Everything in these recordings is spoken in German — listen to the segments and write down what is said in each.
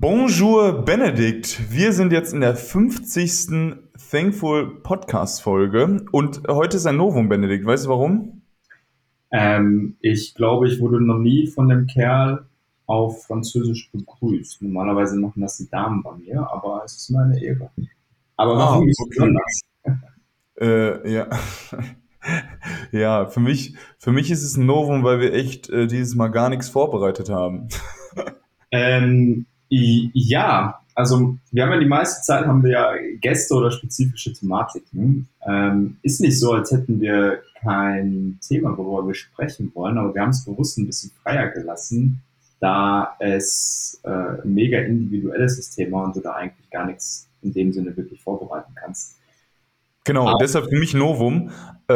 Bonjour Benedikt, wir sind jetzt in der 50. Thankful Podcast Folge und heute ist ein Novum, Benedikt. Weißt du warum? Ich glaube, ich wurde noch nie von dem Kerl auf Französisch begrüßt. Normalerweise machen das die Damen bei mir, aber es ist mir eine Ehre. Aber Ah, warum ist es okay. anders? Ja. Ja, für mich ist es ein Novum, weil wir echt dieses Mal gar nichts vorbereitet haben. Ja, also wir haben ja die meiste Zeit haben wir ja Gäste oder spezifische Thematiken. Ist nicht so, als hätten wir kein Thema, worüber wir sprechen wollen, aber wir haben es bewusst ein bisschen freier gelassen, da es ein mega individuelles ist Thema und du da eigentlich gar nichts in dem Sinne wirklich vorbereiten kannst. Genau, deshalb für mich Novum.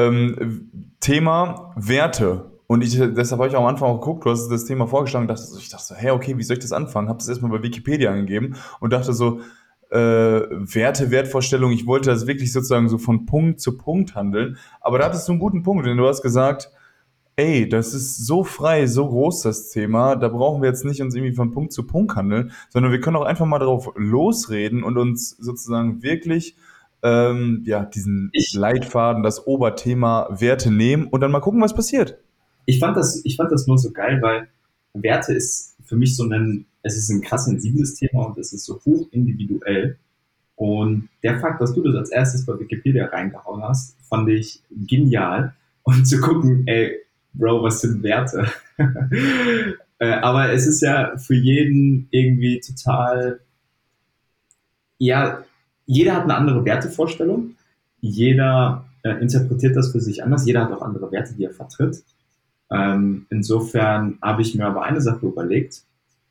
Thema Werte. Und deshalb habe ich auch am Anfang auch geguckt, du hast das Thema vorgeschlagen, ich dachte so, hä, okay, wie soll ich das anfangen? Habe das erstmal bei Wikipedia angegeben und dachte so, Werte, Wertvorstellungen, ich wollte das wirklich sozusagen so von Punkt zu Punkt handeln. Aber da hattest du einen guten Punkt, denn du hast gesagt, ey, das ist so frei, so groß das Thema, da brauchen wir jetzt nicht uns irgendwie von Punkt zu Punkt handeln, sondern wir können auch einfach mal darauf losreden und uns sozusagen wirklich ja, diesen Ich, Leitfaden, das Oberthema Werte nehmen und dann mal gucken, was passiert. ich fand das nur so geil, weil Werte ist für mich es ist ein krass sensibles Thema und es ist so hoch individuell. Und der Fakt, dass du das als erstes bei Wikipedia reingehauen hast, fand ich genial. Und zu gucken, ey, Bro, was sind Werte? Aber es ist ja für jeden irgendwie total, ja, jeder hat eine andere Wertevorstellung. Jeder interpretiert das für sich anders. Jeder hat auch andere Werte, die er vertritt. Insofern habe ich mir aber eine Sache überlegt.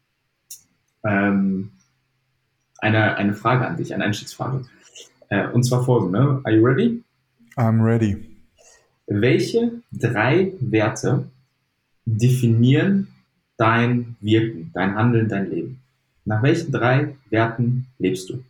Ähm, eine Frage an dich, eine Einstiegsfrage. Und zwar folgende. Are you ready? I'm ready. Welche drei Werte definieren dein Wirken, dein Handeln, dein Leben? Nach welchen drei Werten lebst du?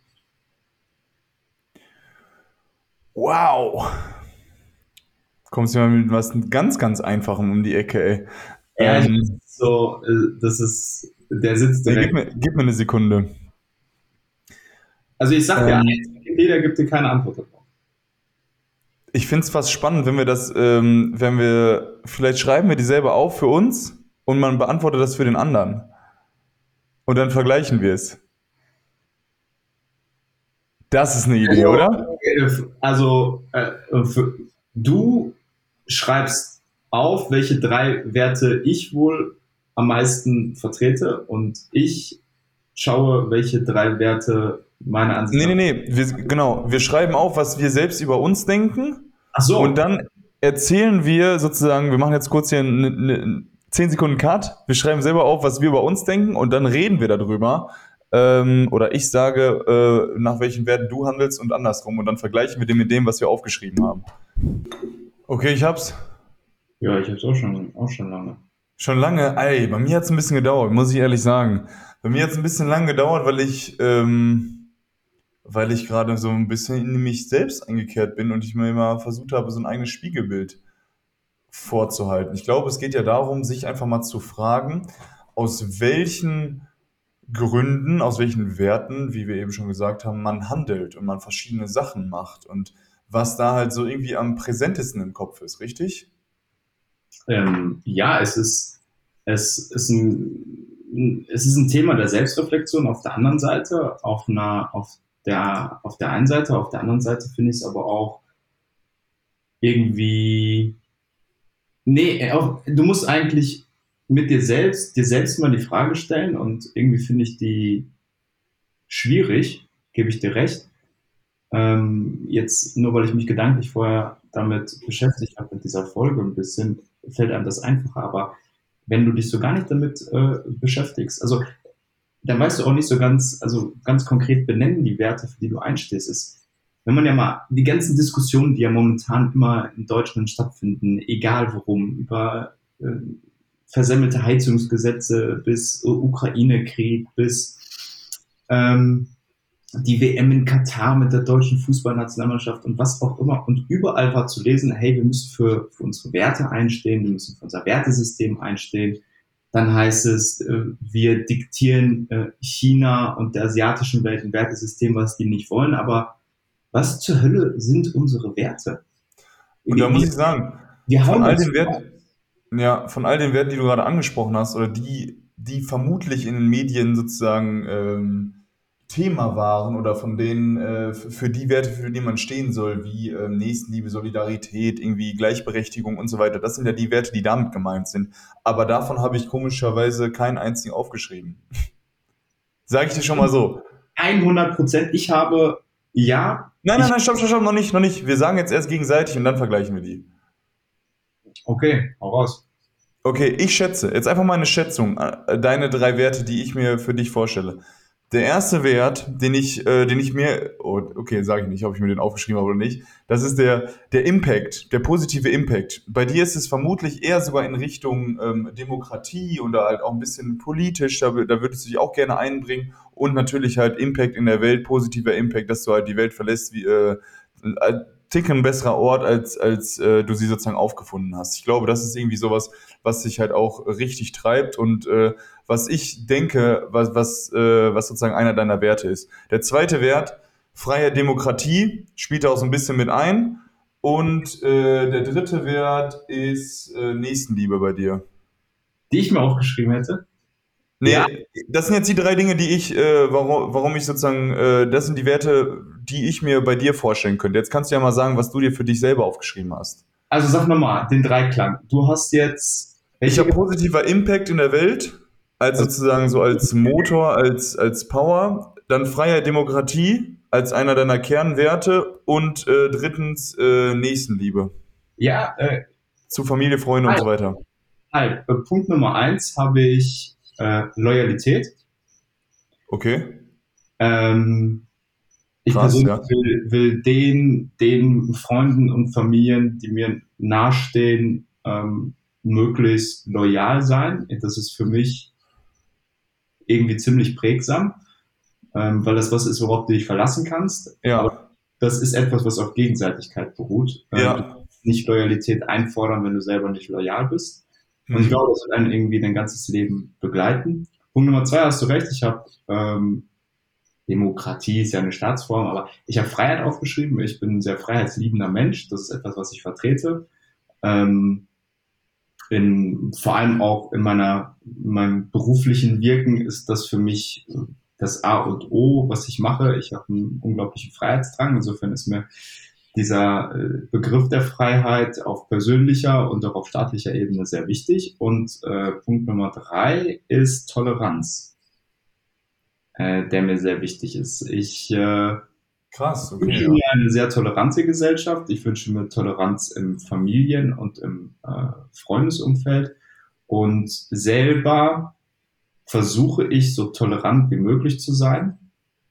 Wow. Kommst du mal mit was ganz, ganz Einfachem um die Ecke, ey. Ja, ich weiß, so, das ist, der sitzt Nee, gib direkt. mir, gib mir eine Sekunde. Also ich sag dir Ähm, eins, Wikipedia gibt dir keine Antwort darauf. Ich finde es fast spannend, wenn wir, vielleicht schreiben wir die selber auf für uns und man beantwortet das für den anderen. Und dann vergleichen wir es. Das ist eine Idee, Also, oder? also du schreibst auf, welche drei Werte ich wohl am meisten vertrete und ich schaue, welche drei Werte meiner Ansicht Nee, nee, nach. nee. Genau. Wir schreiben auf, was wir selbst über uns denken Ach und so, dann erzählen wir sozusagen, wir machen jetzt kurz hier eine 10 Sekunden Cut. Wir schreiben selber auf, was wir über uns denken und dann reden wir darüber. Oder ich sage, nach welchen Werten du handelst und andersrum. Und dann vergleichen wir den mit dem, was wir aufgeschrieben haben. Okay, ich hab's. ja, ich habe es auch schon lange. Schon lange, ey, bei mir hat es ein bisschen gedauert, muss ich ehrlich sagen. Bei mir hat es ein bisschen lang gedauert, weil ich gerade so ein bisschen in mich selbst eingekehrt bin und ich mir immer versucht habe, so ein eigenes Spiegelbild vorzuhalten. Ich glaube, es geht ja darum, sich einfach mal zu fragen, aus welchen Gründen, aus welchen Werten, wie wir eben schon gesagt haben, man handelt und man verschiedene Sachen macht und was da halt so irgendwie am präsentesten im Kopf ist, richtig? Ja, es ist es ist ein Thema der Selbstreflexion auf der anderen Seite, auf der einen Seite, auf der anderen Seite finde ich es aber auch irgendwie, nee, du musst eigentlich mit dir selbst mal die Frage stellen und irgendwie finde ich die schwierig, gebe ich dir recht. Jetzt, nur weil ich mich gedanklich vorher damit beschäftigt habe, mit dieser Folge ein bisschen, fällt einem das einfacher. Aber wenn du dich so gar nicht damit beschäftigst, also dann weißt du auch nicht so also ganz konkret benennen die Werte, für die du einstehst. Wenn man ja mal die ganzen Diskussionen, die ja momentan immer in Deutschland stattfinden, egal worum, über äh, versemmelte Heizungsgesetze bis Ukraine-Krieg, bis ähm, die WM in Katar mit der deutschen Fußballnationalmannschaft und was auch immer. Und überall war zu lesen, hey, wir müssen für unsere Werte einstehen, wir müssen für unser Wertesystem einstehen. Dann heißt es, wir diktieren China und der asiatischen Welt ein Wertesystem, was die nicht wollen. Aber was zur Hölle sind unsere Werte? Und da Wir, muss wir, ich sagen, wir von hauen all uns. den Werten, ja, von all den Werten, die du gerade angesprochen hast, oder die vermutlich in den Medien sozusagen Thema waren oder von denen für die Werte, für die man stehen soll, wie Nächstenliebe, Solidarität, irgendwie Gleichberechtigung und so weiter, das sind ja die Werte, die damit gemeint sind. Aber davon habe ich komischerweise keinen einzigen aufgeschrieben. Sage ich dir schon mal so. 100%. Ich habe, ja, Nein, nein, ich, nein, stopp, stopp, stopp, noch nicht, noch nicht. Wir sagen jetzt erst gegenseitig und dann vergleichen wir die. okay, hau raus. Okay, ich schätze, jetzt einfach mal eine Schätzung, deine drei Werte, die ich mir für dich vorstelle. Der erste Wert, den ich mir, oh, okay, sage ich nicht, ob ich mir den aufgeschrieben habe oder nicht, das ist der Impact, der positive Impact. Bei dir ist es vermutlich eher sogar in Richtung Demokratie oder halt auch ein bisschen politisch, da würdest du dich auch gerne einbringen und natürlich halt Impact in der Welt, positiver Impact, dass du halt die Welt verlässt, wie ein Ticken besserer Ort, als du sie sozusagen aufgefunden hast. Ich glaube, das ist irgendwie sowas, was sich halt auch richtig treibt und was ich denke, was sozusagen einer deiner Werte ist. Der zweite Wert, freie Demokratie, spielt da auch so ein bisschen mit ein. Und der dritte Wert ist Nächstenliebe bei dir. Die ich mir aufgeschrieben hätte. Ja, Nee, das sind jetzt die drei Dinge, die warum ich sozusagen, das sind die Werte, die ich mir bei dir vorstellen könnte. Jetzt kannst du ja mal sagen, was du dir für dich selber aufgeschrieben hast. also sag nochmal, den Dreiklang. Du hast jetzt, Ich welche, habe positiver Impact in der Welt, als also, sozusagen so als Motor, als Power. Dann freie Demokratie als einer deiner Kernwerte und drittens Nächstenliebe ja, zu Familie, Freunde und halt, so weiter. halt. Punkt Nummer eins habe ich Loyalität. Okay, Ähm, ich krass, persönlich ja. will den Freunden und Familien, die mir nahestehen, möglichst loyal sein. Das ist für mich irgendwie ziemlich prägsam, weil das was ist, worauf du dich verlassen kannst. Aber Ja, das ist etwas, was auf Gegenseitigkeit beruht. Du ja. kannst nicht Loyalität einfordern, wenn du selber nicht loyal bist. Und ich glaube, Mhm. das wird einen irgendwie dein ganzes Leben begleiten. Punkt Nummer zwei, hast du recht, ich habe Demokratie ist ja eine Staatsform, aber ich habe Freiheit aufgeschrieben. Ich bin ein sehr freiheitsliebender Mensch. Das ist etwas, was ich vertrete. Ähm, vor allem auch in meinem beruflichen Wirken ist das für mich das A und O, was ich mache. Ich habe einen unglaublichen Freiheitsdrang. Insofern ist mir dieser Begriff der Freiheit auf persönlicher und auch auf staatlicher Ebene sehr wichtig. Und Punkt Nummer drei ist Toleranz, der mir sehr wichtig ist. Krass, okay, Wünsche ja. mir eine sehr tolerante Gesellschaft. Ich wünsche mir Toleranz im Familien- und im Freundesumfeld. Und selber versuche ich, so tolerant wie möglich zu sein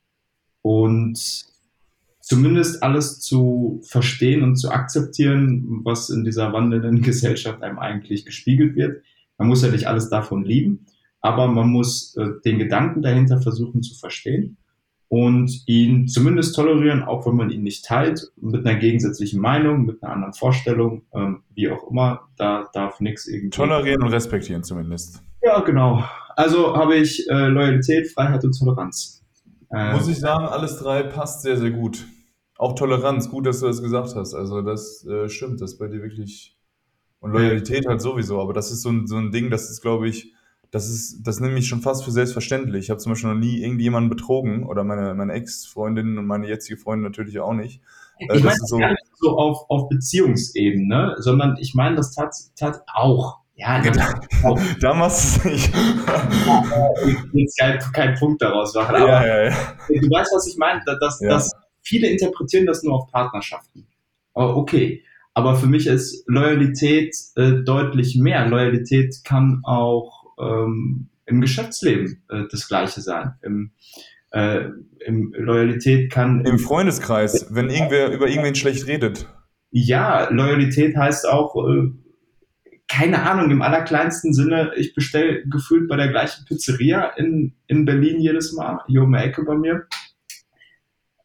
und zumindest alles zu verstehen und zu akzeptieren, was in dieser wandelnden Gesellschaft einem eigentlich gespiegelt wird. Man muss ja nicht alles davon lieben, aber man muss den Gedanken dahinter versuchen zu verstehen und ihn zumindest tolerieren, auch wenn man ihn nicht teilt, mit einer gegensätzlichen Meinung, mit einer anderen Vorstellung, wie auch immer. Da darf nichts irgendwie. Tolerieren und respektieren zumindest. Ja, genau. Also habe ich Loyalität, Freiheit und Toleranz. Äh, Muss ich sagen, alles drei passt sehr, sehr gut. Auch Toleranz, gut, dass du das gesagt hast. Also das stimmt, das ist bei dir wirklich. Und äh, Loyalität halt sowieso, aber das ist so ein Ding, das ist, glaube ich, das nehme ich schon fast für selbstverständlich. Ich habe zum Beispiel noch nie irgendjemanden betrogen oder meine Ex-Freundin und meine jetzige Freundin natürlich auch nicht. Ich meine Das ist das gar so, nicht so auf Beziehungsebene, sondern ich meine das auch. Ja, natürlich auch. da machst du es nicht. Ich will jetzt keinen Punkt daraus machen, aber Ja, ja, ja. du weißt, was ich meine, dass Ja. viele interpretieren das nur auf Partnerschaften. Aber okay. Aber für mich ist Loyalität deutlich mehr. Loyalität kann auch im Geschäftsleben das Gleiche sein. Äh, Loyalität kann Im Freundeskreis, wenn irgendwer über irgendwen schlecht redet. ja, Loyalität heißt auch, keine Ahnung, im allerkleinsten Sinne, ich bestelle gefühlt bei der gleichen Pizzeria in Berlin jedes Mal, hier um die Ecke bei mir.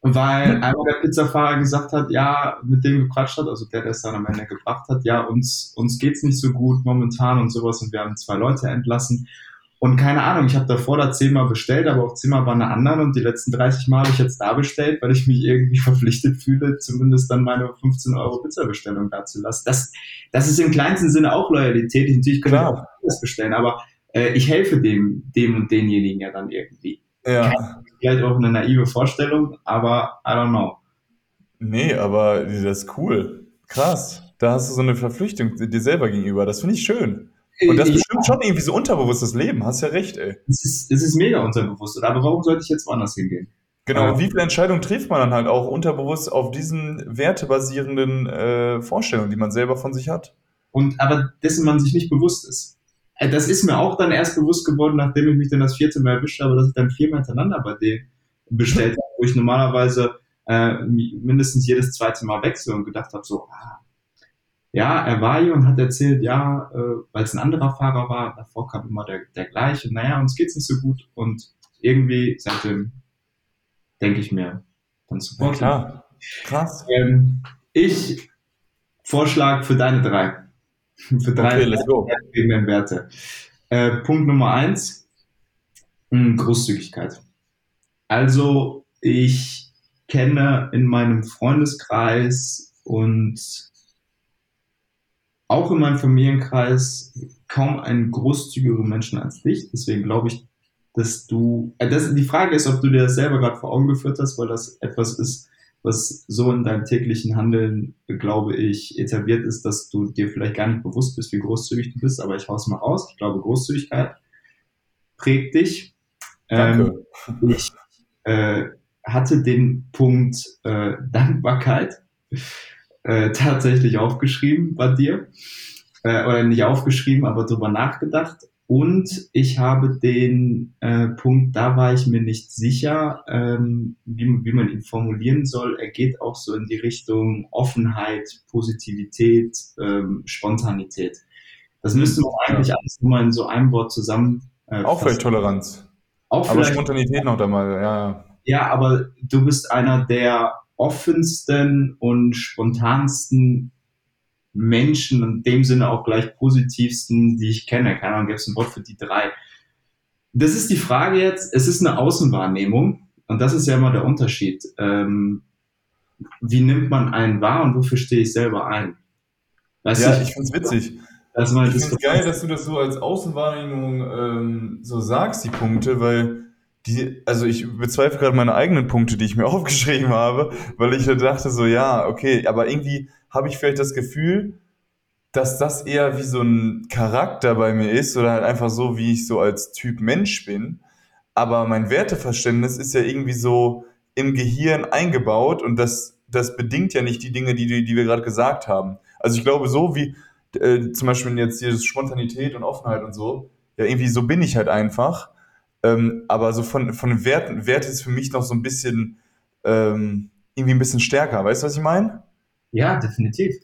weil einmal der Pizzafahrer gesagt hat, ja, mit dem gequatscht hat, also der es dann am Ende gebracht hat, ja, uns geht's nicht so gut momentan und sowas und wir haben 2 Leute entlassen. Und keine Ahnung, ich habe davor da 10-mal bestellt, aber auch 10-mal bei einer anderen und die letzten 30 Mal habe ich jetzt da bestellt, weil ich mich irgendwie verpflichtet fühle, zumindest dann meine 15 Euro Pizzabestellung da zu lassen. Das ist im kleinsten Sinne auch Loyalität. Natürlich könnte ich auch Klar, alles bestellen, aber ich helfe dem und denjenigen ja dann irgendwie. ja. Vielleicht auch eine naive Vorstellung, aber I don't know. Nee, aber das ist cool. Krass. Da hast du so eine Verpflichtung dir selber gegenüber. Das finde ich schön. Und das Ja, bestimmt schon irgendwie so unterbewusstes Leben. Hast ja recht, ey. es ist mega unterbewusst. Aber warum sollte ich jetzt woanders hingehen? Genau, Äh, und wie viele Entscheidungen trifft man dann halt auch unterbewusst auf diesen wertebasierenden Vorstellungen, die man selber von sich hat? aber dessen man sich nicht bewusst ist. Das ist mir auch dann erst bewusst geworden, nachdem ich mich dann das 4. Mal erwischt habe, dass ich dann 4-mal hintereinander bei dem bestellt habe, wo ich normalerweise mindestens jedes 2. Mal wechsle und gedacht habe, so, ja, er war hier und hat erzählt, ja, weil es ein anderer Fahrer war, davor kam immer der gleiche, naja, uns geht's nicht so gut und irgendwie seitdem denke ich mir, dann Na supporte. klar. Krass. Ich Vorschlag für deine drei. Für Okay, drei let's go. Premium Werte. Punkt Nummer eins, Großzügigkeit. Also ich kenne in meinem Freundeskreis und auch in meinem Familienkreis kaum einen großzügigeren Menschen als dich. Deswegen glaube ich, dass die Frage ist, ob du dir das selber gerade vor Augen geführt hast, weil das etwas ist, was so in deinem täglichen Handeln, glaube ich, etabliert ist, dass du dir vielleicht gar nicht bewusst bist, wie großzügig du bist. Aber ich hau's mal raus. Ich glaube, Großzügigkeit prägt dich. Danke. Ich äh, hatte den Punkt Dankbarkeit tatsächlich aufgeschrieben bei dir. Oder nicht aufgeschrieben, aber drüber nachgedacht. Und ich habe den Punkt, da war ich mir nicht sicher, wie man ihn formulieren soll. Er geht auch so in die Richtung Offenheit, Positivität, Spontanität. Das müsste Hm, man ja. eigentlich alles nur mal in so einem Wort zusammen Auch vielleicht fassen. Toleranz. Auch Aber vielleicht, Spontanität noch da mal, ja. ja, aber du bist einer der offensten und spontansten Menschen in dem Sinne auch gleich positivsten, die ich kenne. Keine Ahnung, gibt es ein Wort für die drei. Das ist die Frage jetzt, es ist eine Außenwahrnehmung und das ist ja immer der Unterschied. Wie nimmt man einen wahr und wofür stehe ich selber ein? Weißt du, Ja, ich find's witzig. das ist mal eine Ich finde es geil, Diskrepanz. dass du das so als Außenwahrnehmung so sagst, die Punkte, weil also ich bezweifle gerade meine eigenen Punkte, die ich mir aufgeschrieben habe, weil ich dachte so, ja, okay, aber irgendwie habe ich vielleicht das Gefühl, dass das eher wie so ein Charakter bei mir ist oder halt einfach so, wie ich so als Typ Mensch bin. Aber mein Werteverständnis ist ja irgendwie so im Gehirn eingebaut und das bedingt ja nicht die Dinge, die wir gerade gesagt haben. Also ich glaube, so wie zum Beispiel jetzt hier Spontanität und Offenheit und so, ja, irgendwie so bin ich halt einfach. Aber so von den Werten, Werte ist für mich noch so ein bisschen, irgendwie ein bisschen stärker. Weißt du, was ich meine? Ja, definitiv.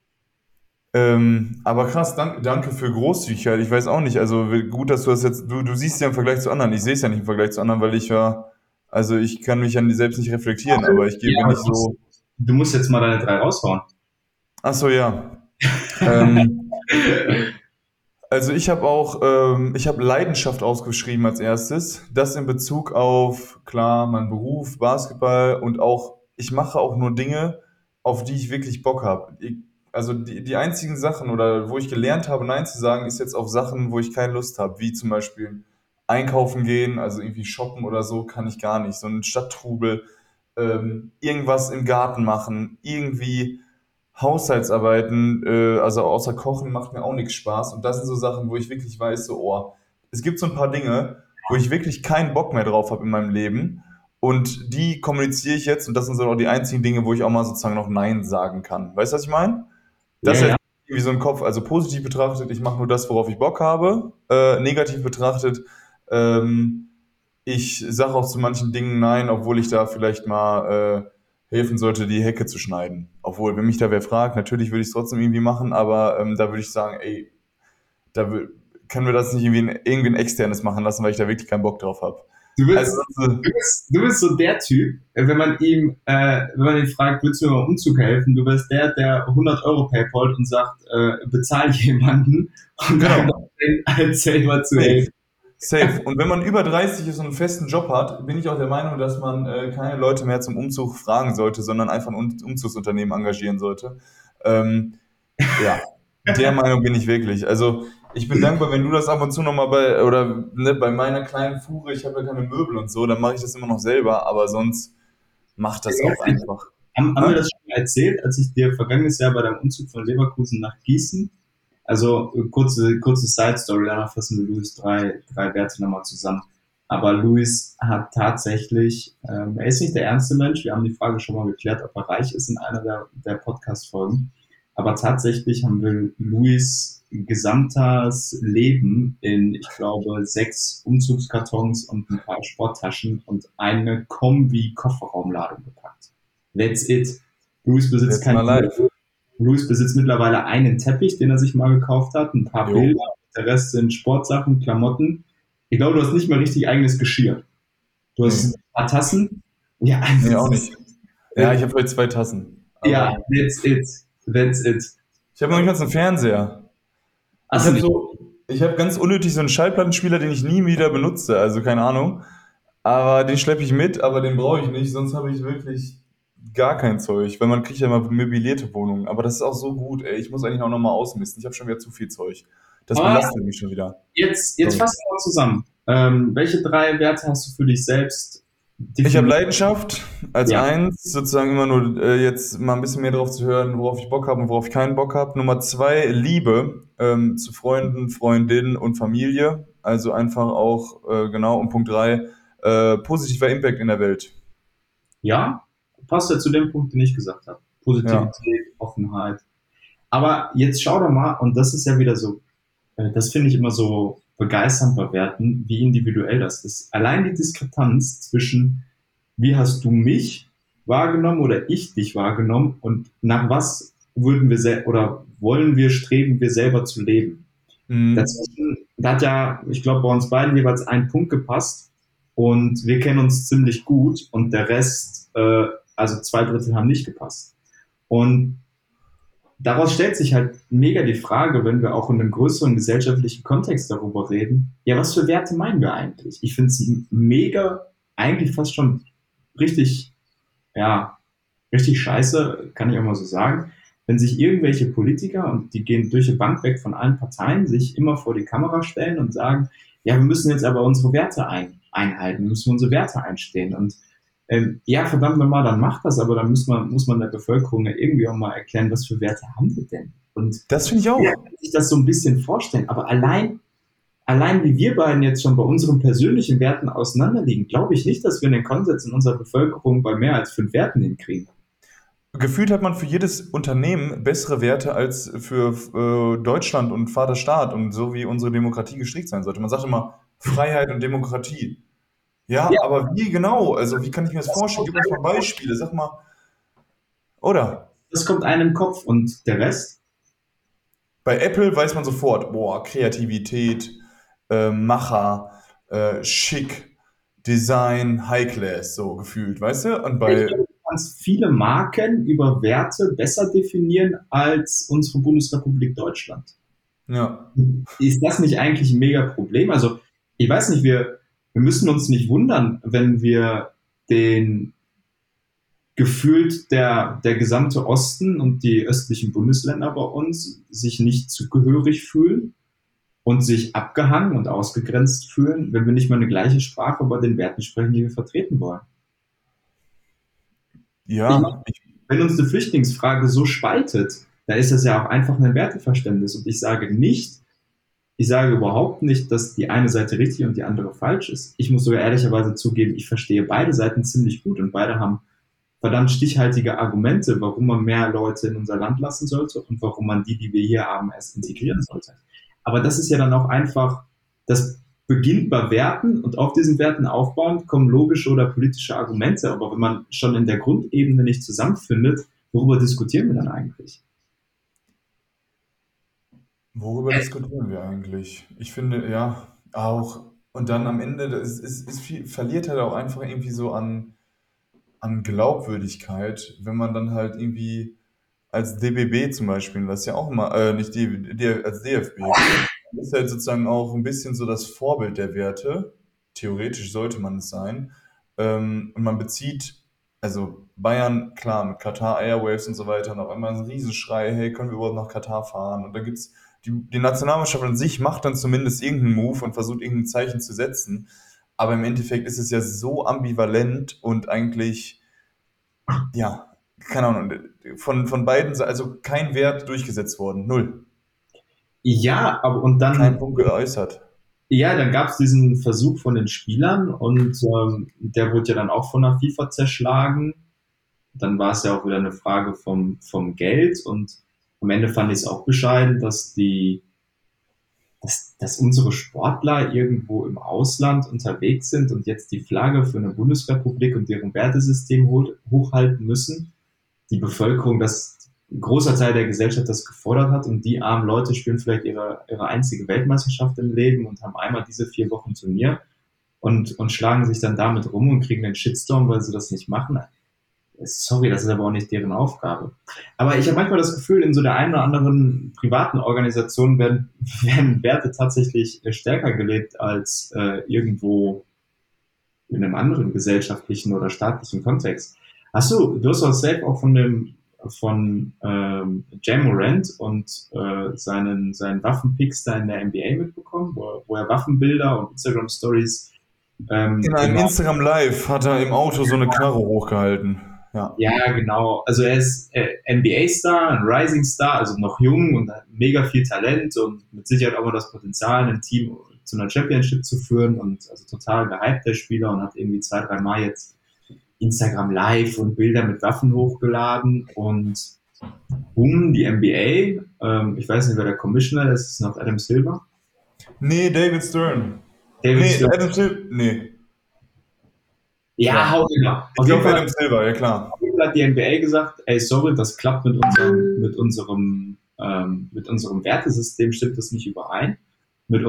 Aber krass, danke für Großzügigkeit. Ich weiß auch nicht, also gut, dass du das jetzt, du siehst ja im Vergleich zu anderen. Ich sehe es ja nicht im Vergleich zu anderen, weil ich ja, also ich kann mich an die selbst nicht reflektieren, aber ich Ja, gebe aber nicht so. du musst jetzt mal deine drei raushauen. Ach so, ja. Ähm, also ich habe Leidenschaft ausgeschrieben als erstes. Das in Bezug auf, klar, mein Beruf, Basketball und auch, ich mache auch nur Dinge, auf die ich wirklich Bock habe. Also die einzigen Sachen oder wo ich gelernt habe, Nein zu sagen, ist jetzt auf Sachen, wo ich keine Lust habe, wie zum Beispiel einkaufen gehen, also irgendwie shoppen oder so, kann ich gar nicht. So ein Stadttrubel, irgendwas im Garten machen, irgendwie Haushaltsarbeiten, also außer Kochen macht mir auch nichts Spaß. Und das sind so Sachen, wo ich wirklich weiß, so, oh, es gibt so ein paar Dinge, wo ich wirklich keinen Bock mehr drauf habe in meinem Leben. Und die kommuniziere ich jetzt und das sind so auch die einzigen Dinge, wo ich auch mal sozusagen noch Nein sagen kann. Weißt du, was ich meine? Das Ja, ist ja. jetzt wie so ein Kopf, also positiv betrachtet, ich mache nur das, worauf ich Bock habe. Negativ betrachtet, ähm, ich sage auch zu manchen Dingen Nein, obwohl ich da vielleicht mal helfen sollte, die Hecke zu schneiden. Obwohl, wenn mich da wer fragt, natürlich würde ich es trotzdem irgendwie machen, aber da würde ich sagen, ey, da können wir das nicht irgendwie ein externes machen lassen, weil ich da wirklich keinen Bock drauf habe. Du Also, bist, du bist so der Typ, wenn man ihn fragt, willst du mir beim Umzug helfen? Du bist der 100 € PayPal und sagt, bezahl jemanden und dann genau, als selber zu safe. helfen. Safe. Und wenn man über 30 ist und einen festen Job hat, bin ich auch der Meinung, dass man keine Leute mehr zum Umzug fragen sollte, sondern einfach ein Umzugsunternehmen engagieren sollte. Ähm, ja, der Meinung bin ich wirklich. Also ich bin dankbar, wenn du das ab und zu nochmal oder ne, bei meiner kleinen Fuhre, ich habe ja keine Möbel und so, dann mache ich das immer noch selber, aber sonst macht das auch einfach. Haben wir Hä? das schon mal erzählt, als ich dir vergangenes Jahr bei deinem Umzug von Leverkusen nach Gießen, also kurze Side-Story, danach fassen wir Luis drei Werte nochmal zusammen. Aber Luis hat tatsächlich, er ist nicht der ärmste Mensch, wir haben die Frage schon mal geklärt, ob er reich ist in einer der Podcast-Folgen. Aber tatsächlich haben wir Luis gesamtes Leben in, ich glaube, 6 Umzugskartons und ein paar Sporttaschen und eine Kombi-Kofferraumladung gepackt. That's it. Luis besitzt That's my kein life. Luis besitzt mittlerweile einen Teppich, den er sich mal gekauft hat, ein paar Jo. Bilder, der Rest sind Sportsachen, Klamotten. Ich glaube, du hast nicht mal richtig eigenes Geschirr. Du hast Nee. ein paar Tassen. Ja, Nee, auch nicht. Ja, äh, ich habe heute 2 Tassen. ja, Aber that's it. That's it. ich habe noch nicht mal einen Fernseher. Ich Hast du habe nicht? so, ich habe ganz unnötig so einen Schallplattenspieler, den ich nie wieder benutze, also keine Ahnung. Aber den schleppe ich mit, aber den brauche ich nicht, sonst habe ich wirklich gar kein Zeug, weil man kriegt ja immer möblierte Wohnungen. Aber das ist auch so gut, ey. Ich muss eigentlich auch nochmal ausmisten. Ich habe schon wieder zu viel Zeug. Das Aber belastet mich schon wieder. jetzt Sorry. fassen wir mal zusammen. Welche 3 Werte hast du für dich selbst Ich habe definiert? Leidenschaft als Ja, eins, sozusagen immer nur jetzt mal ein bisschen mehr drauf zu hören, worauf ich Bock habe und worauf ich keinen Bock habe. Nummer 2, Liebe zu Freunden, Freundinnen und Familie. Also einfach auch, genau. Und Punkt 3, positiver Impact in der Welt. ja, passt ja zu dem Punkt, den ich gesagt habe. Ja. Positivität, Offenheit. Aber jetzt schau doch mal, und das ist ja wieder so, das finde ich immer so begeisternd bei Werten, wie individuell das ist. Allein die Diskrepanz zwischen, wie hast du mich wahrgenommen oder ich dich wahrgenommen und nach was würden wir oder wollen wir streben, wir selber zu leben. Mhm. Dazwischen, da hat ja, ich glaube, bei uns beiden jeweils ein Punkt gepasst und wir kennen uns ziemlich gut und der Rest, also 2 Drittel haben nicht gepasst. Und daraus stellt sich halt mega die Frage, wenn wir auch in einem größeren gesellschaftlichen Kontext darüber reden, ja, was für Werte meinen wir eigentlich? Ich finde es mega, eigentlich fast schon richtig, ja, richtig scheiße, kann ich auch mal so sagen, wenn sich irgendwelche Politiker, und die gehen durch die Bank weg von allen Parteien, sich immer vor die Kamera stellen und sagen, ja, wir müssen jetzt aber unsere Werte einhalten, wir müssen unsere Werte einstehen. Und ja, verdammt nochmal, dann macht das, aber dann muss man der Bevölkerung ja irgendwie auch mal erklären, was für Werte haben wir denn? Und Das finde ich ja, auch. kann sich das so ein bisschen vorstellen. Aber allein wie wir beiden jetzt schon bei unseren persönlichen Werten auseinanderliegen, glaube ich nicht, dass wir einen Konsens in unserer Bevölkerung bei mehr als 5 Werten hinkriegen. Gefühlt hat man für jedes Unternehmen bessere Werte als für Deutschland und Vaterstaat und so wie unsere Demokratie gestrickt sein sollte. Man sagt immer Freiheit und Demokratie. Ja, Ja, aber wie genau? Also wie kann ich mir das das vorstellen? kommt Gib uns mal Beispiele. Sag mal, oder? das kommt einem im Kopf und der Rest? Bei Apple weiß man sofort, boah, Kreativität, Macher, schick, Design, High Class, so gefühlt, weißt du? Und Ich bei, glaube, du kannst viele Marken über Werte besser definieren als unsere Bundesrepublik Deutschland. ja, Ist das nicht eigentlich ein mega Problem? Also, ich weiß nicht, wir müssen uns nicht wundern, wenn wir den gefühlt der gesamte Osten und die östlichen Bundesländer bei uns sich nicht zugehörig fühlen und sich abgehangen und ausgegrenzt fühlen, wenn wir nicht mal eine gleiche Sprache bei den Werten sprechen, die wir vertreten wollen. Ich meine, ja, wenn uns die Flüchtlingsfrage so spaltet, dann ist das ja auch einfach ein Werteverständnis. Und ich sage überhaupt nicht, dass die eine Seite richtig und die andere falsch ist. Ich muss sogar ehrlicherweise zugeben, ich verstehe beide Seiten ziemlich gut und beide haben verdammt stichhaltige Argumente, warum man mehr Leute in unser Land lassen sollte und warum man die, die wir hier haben, erst integrieren sollte. Aber das ist ja dann auch einfach, das beginnt bei Werten und auf diesen Werten aufbauend kommen logische oder politische Argumente. Aber wenn man schon in der Grundebene nicht zusammenfindet, worüber diskutieren wir dann eigentlich? worüber diskutieren wir eigentlich? Ich finde, ja, auch. Und dann am Ende, verliert halt auch einfach irgendwie so an Glaubwürdigkeit, wenn man dann halt irgendwie als DBB zum Beispiel, das ist ja auch immer, nicht als DFB, ist halt sozusagen auch ein bisschen so das Vorbild der Werte. Theoretisch sollte man es sein. Und man bezieht, also Bayern, klar, mit Qatar Airwaves und so weiter, noch einmal ein Riesenschrei, hey, können wir überhaupt nach Katar fahren? Und da gibt's die Nationalmannschaft an sich macht dann zumindest irgendeinen Move und versucht irgendein Zeichen zu setzen. Aber im Endeffekt ist es ja so ambivalent und eigentlich, ja, keine Ahnung, von beiden, also kein Wert durchgesetzt worden. Null. Ja, aber Kein Punkt geäußert. ja, dann gab es diesen Versuch von den Spielern und der wurde ja dann auch von der FIFA zerschlagen. Dann war es ja auch wieder eine Frage vom Geld und am Ende fand ich es auch bescheiden, dass unsere Sportler irgendwo im Ausland unterwegs sind und jetzt die Flagge für eine Bundesrepublik und deren Wertesystem hochhalten müssen. Die Bevölkerung, ein großer Teil der Gesellschaft das gefordert hat und die armen Leute spielen vielleicht ihre einzige Weltmeisterschaft im Leben und haben einmal diese 4 Wochen Turnier und schlagen sich dann damit rum und kriegen einen Shitstorm, weil sie das nicht machen. Sorry, das ist aber auch nicht deren Aufgabe. Aber ich habe manchmal das Gefühl, in so der einen oder anderen privaten Organisation werden Werte tatsächlich stärker gelebt als irgendwo in einem anderen gesellschaftlichen oder staatlichen Kontext. Du hast doch safe auch von Ja Morant und seinen Waffenpicks da in der NBA mitbekommen, wo er Waffenbilder und Instagram-Stories In einem immer. Instagram Live hat er im Auto so eine Knarre hochgehalten. Ja. Ja, genau. Also er ist NBA-Star, ein Rising Star, also noch jung und hat mega viel Talent und mit Sicherheit auch mal das Potenzial, ein Team zu einer Championship zu führen und also total gehypt der Spieler und hat irgendwie 2, 3 Mal jetzt Instagram Live und Bilder mit Waffen hochgeladen und boom, die NBA, ich weiß nicht, wer der Commissioner ist, ist noch Adam Silver. Nee, David Stern. David Nee, Stern. Adam Silver. Nee. Ja, Ja. hau genau. Ich Auf jeden glaube Fall Adam Silver, ja klar. hat die NBA gesagt, ey, sorry, das klappt mit unserem Wertesystem stimmt das nicht überein. Mit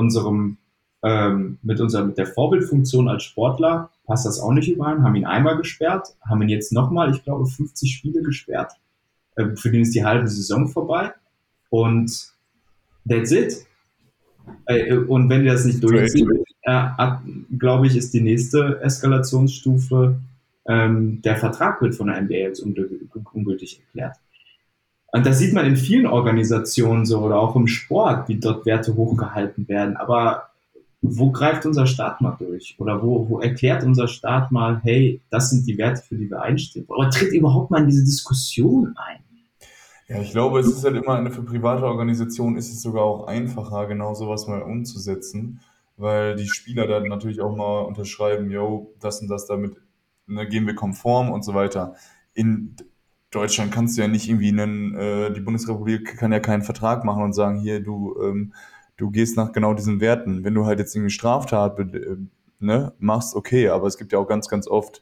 mit der Vorbildfunktion als Sportler passt das auch nicht überein. Haben ihn einmal gesperrt, haben ihn jetzt nochmal, ich glaube, 50 Spiele gesperrt. Für den ist die halbe Saison vorbei. Und that's it. Und wenn die das nicht Straight. durchziehen, glaube ich, ist die nächste Eskalationsstufe, der Vertrag wird von der NBA als ungültig erklärt. Und das sieht man in vielen Organisationen so oder auch im Sport, wie dort Werte hochgehalten werden. Aber wo greift unser Staat mal durch? Oder wo erklärt unser Staat mal, hey, das sind die Werte, für die wir einstehen? Oder tritt überhaupt mal in diese Diskussion ein? Ja, ich glaube, es ist halt immer für private Organisationen ist es sogar auch einfacher, genau sowas mal umzusetzen, weil die Spieler dann natürlich auch mal unterschreiben, yo, das und das damit, ne, gehen wir konform und so weiter. In Deutschland kannst du ja nicht irgendwie die Bundesrepublik kann ja keinen Vertrag machen und sagen, hier, du gehst nach genau diesen Werten. Wenn du halt jetzt irgendwie Straftat, ne, machst, okay, aber es gibt ja auch ganz, ganz oft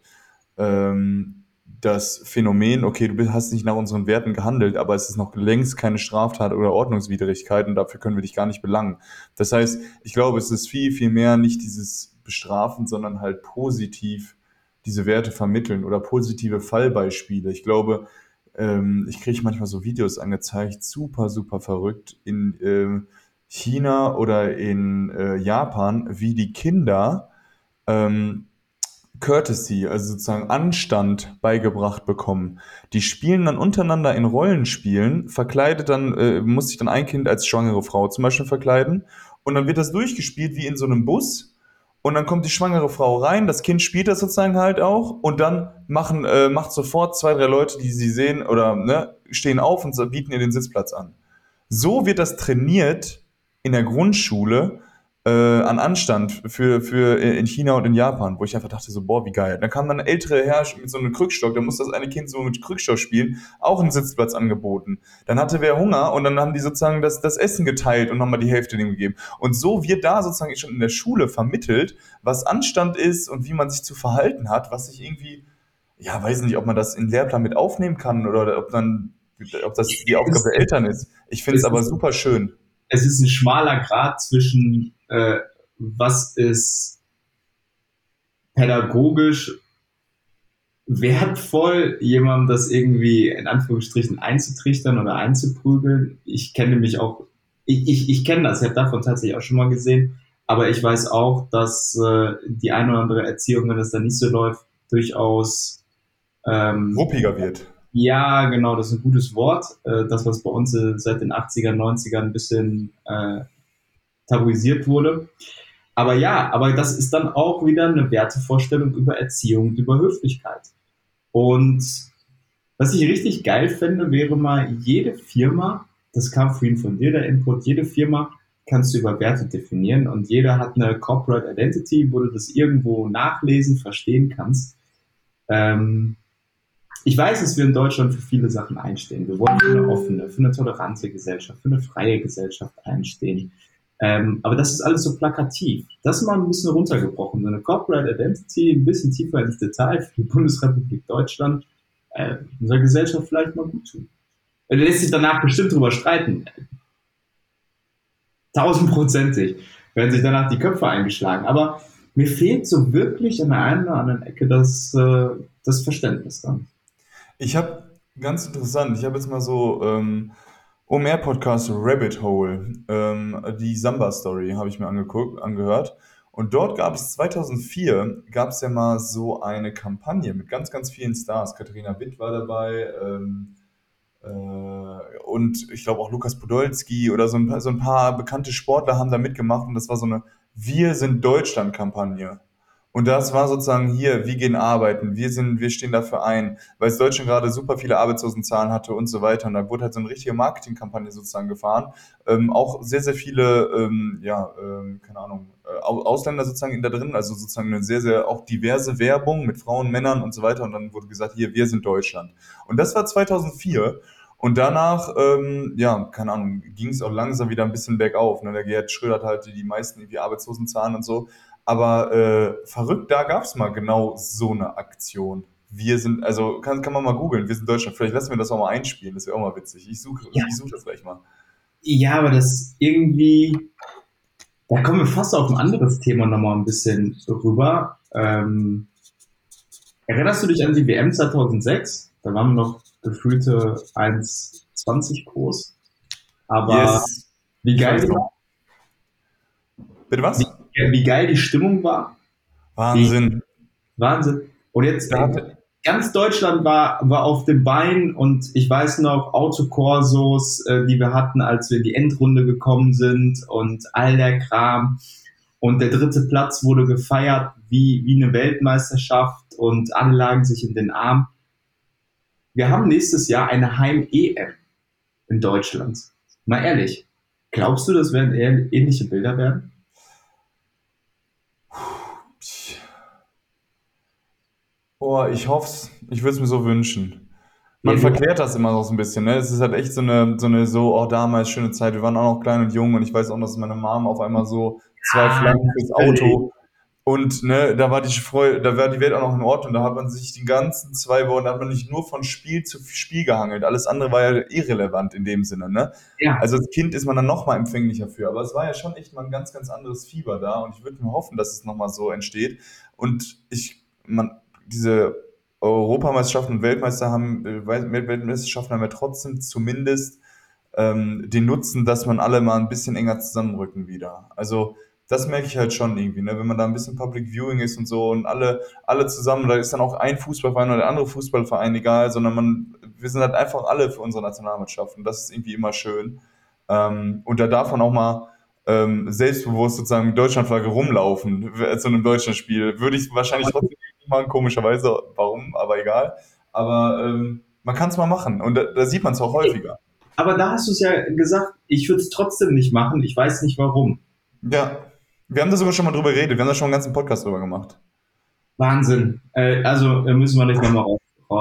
das Phänomen, okay, hast nicht nach unseren Werten gehandelt, aber es ist noch längst keine Straftat oder Ordnungswidrigkeit und dafür können wir dich gar nicht belangen. Das heißt, ich glaube, es ist viel, viel mehr nicht dieses Bestrafen, sondern halt positiv diese Werte vermitteln oder positive Fallbeispiele. Ich glaube, ich kriege manchmal so Videos angezeigt, super, super verrückt, in China oder in Japan, wie die Kinder ähm, Courtesy, also sozusagen Anstand beigebracht bekommen. Die spielen dann untereinander in Rollenspielen, verkleidet dann, muss sich dann ein Kind als schwangere Frau zum Beispiel verkleiden und dann wird das durchgespielt wie in so einem Bus und dann kommt die schwangere Frau rein, das Kind spielt das sozusagen halt auch und dann macht sofort 2, 3 Leute, die sie sehen oder ne, stehen auf und bieten ihr den Sitzplatz an. So wird das trainiert in der Grundschule an Anstand für in China und in Japan, wo ich einfach dachte so, boah, wie geil. Dann kam dann ein ältere Herr mit so einem Krückstock, da muss das eine Kind so mit Krückstock spielen, auch einen Sitzplatz angeboten. Dann hatte wer Hunger und dann haben die sozusagen das Essen geteilt und nochmal die Hälfte dem gegeben. Und so wird da sozusagen schon in der Schule vermittelt, was Anstand ist und wie man sich zu verhalten hat, was ich irgendwie, ja, weiß nicht, ob man das in den Lehrplan mit aufnehmen kann oder ob das die Aufgabe der Eltern ist. Ich finde es Es aber ist, super schön. es ist ein schmaler Grad zwischen was ist pädagogisch wertvoll, jemandem das irgendwie in Anführungsstrichen einzutrichtern oder einzuprügeln. Ich kenne mich auch, ich kenne das, ich habe davon tatsächlich auch schon mal gesehen, aber ich weiß auch, dass die eine oder andere Erziehung, wenn das dann nicht so läuft, durchaus Ruppiger wird. ja, genau, das ist ein gutes Wort. Das, was bei uns seit den 80ern, 90ern ein bisschen tabuisiert wurde. Aber ja, aber das ist dann auch wieder eine Wertevorstellung über Erziehung, über Höflichkeit. Und was ich richtig geil fände, wäre mal jede Firma, das kam vorhin von dir, der Input, jede Firma kannst du über Werte definieren und jeder hat eine Corporate Identity, wo du das irgendwo nachlesen, verstehen kannst. Ähm, Ich weiß, dass wir in Deutschland für viele Sachen einstehen. Wir wollen für eine offene, für eine tolerante Gesellschaft, für eine freie Gesellschaft einstehen. Aber das ist alles so plakativ. Das mal ein bisschen runtergebrochen. So eine Corporate Identity, ein bisschen tiefer ins Detail für die Bundesrepublik Deutschland, unserer Gesellschaft vielleicht mal gut tun. Da lässt sich danach bestimmt drüber streiten. Tausendprozentig werden sich danach die Köpfe eingeschlagen. Aber mir fehlt so wirklich an der einen oder anderen Ecke das Verständnis dann. Ich habe, ganz interessant, ich habe jetzt mal so OMR-Podcast Rabbit Hole, die Samba-Story habe ich mir angehört. Und dort gab es 2004, gab es ja mal so eine Kampagne mit ganz, ganz vielen Stars. Katharina Witt war dabei, und ich glaube auch Lukas Podolski oder so ein paar bekannte Sportler haben da mitgemacht und das war so eine Wir sind Deutschland-Kampagne. Und das war sozusagen hier, wir gehen arbeiten, wir stehen dafür ein, weil es Deutschland gerade super viele Arbeitslosenzahlen hatte und so weiter. Und da wurde halt so eine richtige Marketingkampagne sozusagen gefahren. Auch sehr, sehr viele, keine Ahnung, Ausländer sozusagen da drin, also sozusagen eine sehr, sehr auch diverse Werbung mit Frauen, Männern und so weiter. Und dann wurde gesagt, hier, wir sind Deutschland. Und das war 2004. Und danach, ja, keine Ahnung, ging es auch langsam wieder ein bisschen bergauf. Ne? Der Gerhard Schröder hat halt die meisten irgendwie Arbeitslosenzahlen und so. Aber verrückt, da gab es mal genau so eine Aktion. Wir sind, also kann man mal googeln, wir sind Deutschland. Vielleicht lassen wir das auch mal einspielen, das wäre auch mal witzig. Ja, Ich such das gleich mal. ja, aber das irgendwie, da kommen wir fast auf ein anderes Thema nochmal ein bisschen rüber. Erinnerst du dich an die WM 2006? Da waren wir noch gefühlte 1,20 groß. Aber Yes, wie ich geil, weiß noch. Bitte wie, was? wie geil die Stimmung war. Wie Wahnsinn. Wahnsinn. Und jetzt Da hatte, ganz Deutschland war auf den Beinen und ich weiß noch Autokorsos, die wir hatten, als wir in die Endrunde gekommen sind und all der Kram. Und der dritte Platz wurde gefeiert wie eine Weltmeisterschaft und alle lagen sich in den Arm. Wir haben nächstes Jahr eine Heim-EM in Deutschland. Mal ehrlich, glaubst du, das werden ähnliche Bilder werden? oh, ich hoff's, ich würde es mir so wünschen. Ja, Man du, verklärt das immer noch so ein bisschen, ne? Es ist halt echt oh, damals schöne Zeit. Wir waren auch noch klein und jung und ich weiß auch, dass meine Mom auf einmal so zwei ah, Flanken fürs Auto und ne, da war die Freude, da war die Welt auch noch in Ordnung. Da hat man sich die ganzen 2 Wochen, da hat man nicht nur von Spiel zu Spiel gehangelt. Alles andere war ja irrelevant in dem Sinne, ne? ja, Also als Kind ist man dann noch mal empfänglicher für, aber es war ja schon echt mal ein ganz, ganz anderes Fieber da und ich würde mir hoffen, dass es noch mal so entsteht. Und diese Europameisterschaften und Weltmeisterschaften haben ja trotzdem zumindest den Nutzen, dass man alle mal ein bisschen enger zusammenrücken wieder. Also das merke ich halt schon irgendwie, ne? Wenn man da ein bisschen Public Viewing ist und so und alle zusammen, da ist dann auch ein Fußballverein oder der andere Fußballverein egal, sondern wir sind halt einfach alle für unsere Nationalmannschaft und das ist irgendwie immer schön. Und da darf man auch mal selbstbewusst sozusagen mit Deutschlandflagge rumlaufen, zu einem Deutschlandspiel. Würde ich wahrscheinlich trotzdem nicht machen, komischerweise, warum, aber egal. Aber man kann es mal machen und da sieht man es auch häufiger. aber da hast du es ja gesagt, ich würde es trotzdem nicht machen, ich weiß nicht warum. Ja, wir haben da sogar schon mal drüber geredet, wir haben da schon einen ganzen Podcast drüber gemacht. Wahnsinn. Also müssen wir nicht nochmal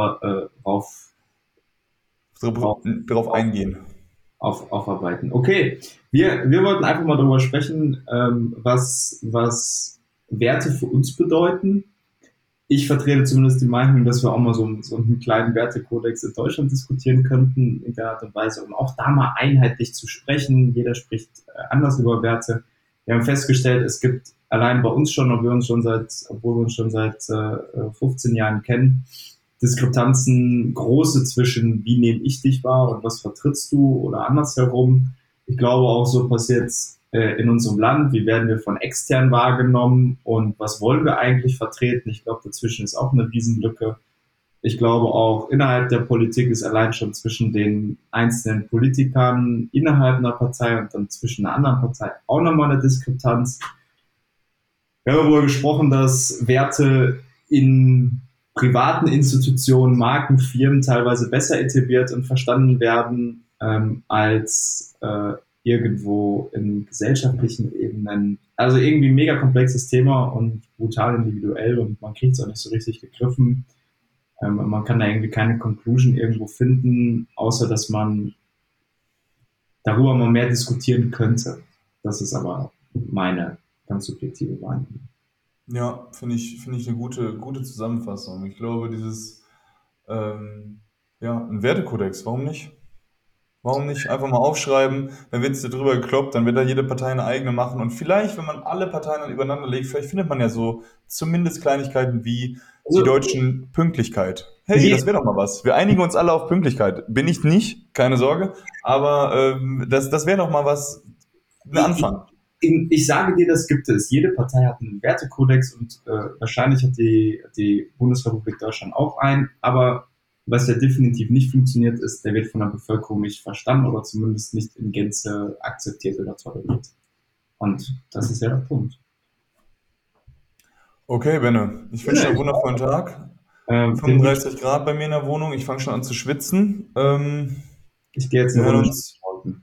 rauf, Darauf eingehen. aufarbeiten. Okay, wir wollten einfach mal darüber sprechen, was Werte für uns bedeuten. Ich vertrete zumindest die Meinung, dass wir auch mal so einen kleinen Wertekodex in Deutschland diskutieren könnten, in der Art und Weise, um auch da mal einheitlich zu sprechen. Jeder spricht anders über Werte. Wir haben festgestellt, es gibt allein bei uns schon, obwohl wir uns schon seit 15 Jahren kennen, Diskrepanzen große zwischen, wie nehme ich dich wahr und was vertrittst du oder andersherum. Ich glaube auch, so passiert es in unserem Land, wie werden wir von extern wahrgenommen und was wollen wir eigentlich vertreten. Ich glaube, dazwischen ist auch eine Riesenlücke. Ich glaube auch, innerhalb der Politik ist allein schon zwischen den einzelnen Politikern innerhalb einer Partei und dann zwischen einer anderen Partei auch nochmal eine Diskrepanz. Wir haben darüber gesprochen, dass Werte in privaten Institutionen, Marken, Firmen teilweise besser etabliert und verstanden werden als irgendwo in gesellschaftlichen Ebenen. Also irgendwie ein mega komplexes Thema und brutal individuell und man kriegt es auch nicht so richtig gegriffen. Man kann da irgendwie keine Conclusion irgendwo finden, außer dass man darüber mal mehr diskutieren könnte. Das ist aber meine ganz subjektive Wahrnehmung. Ja, finde ich eine gute Zusammenfassung. Ich glaube, ja, ein Wertekodex, warum nicht? Warum nicht einfach mal aufschreiben, dann wird es drüber gekloppt, dann wird da jede Partei eine eigene machen und vielleicht, wenn man alle Parteien dann übereinander legt, vielleicht findet man ja so zumindest Kleinigkeiten wie die Also, deutschen Pünktlichkeit. Hey, die, das wäre doch mal was. Wir einigen uns alle auf Pünktlichkeit. Bin ich nicht, keine Sorge, aber das wäre doch mal was, ein ich, Anfang. ich sage dir, das gibt es. Jede Partei hat einen Wertekodex und wahrscheinlich hat die Bundesrepublik Deutschland auch einen, aber was ja definitiv nicht funktioniert, ist, der wird von der Bevölkerung nicht verstanden oder zumindest nicht in Gänze akzeptiert oder toleriert. Und das ist ja der Punkt. Okay, Benne, ich wünsche dir einen wundervollen Tag. Den wünsche 35 Grad bei mir in der Wohnung, ich fange schon an zu schwitzen. ich gehe jetzt Wir eine hören Runde uns. Sport.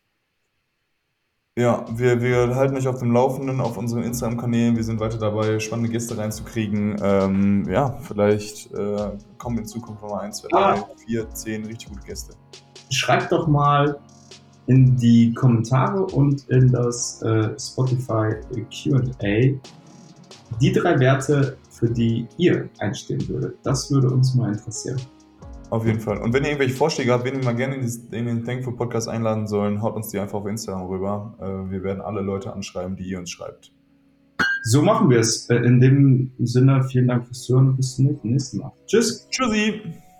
Ja, wir halten euch auf dem Laufenden auf unseren Instagram-Kanälen. Wir sind weiter dabei, spannende Gäste reinzukriegen. Ja, vielleicht kommen in Zukunft noch mal 1, 2, 3, Aber 4, 10 richtig gute Gäste. schreibt doch mal in die Kommentare und in das Spotify Q&A die 3 Werte, für die ihr einstehen würdet. Das würde uns mal interessieren. Auf jeden Fall. Und wenn ihr irgendwelche Vorschläge habt, wen wir mal gerne in den Thankful Podcast einladen sollen, haut uns die einfach auf Instagram rüber. Wir werden alle Leute anschreiben, die ihr uns schreibt. So machen wir es. In dem Sinne, vielen Dank fürs Zuhören und bis zum nächsten Mal. Tschüss. Tschüssi!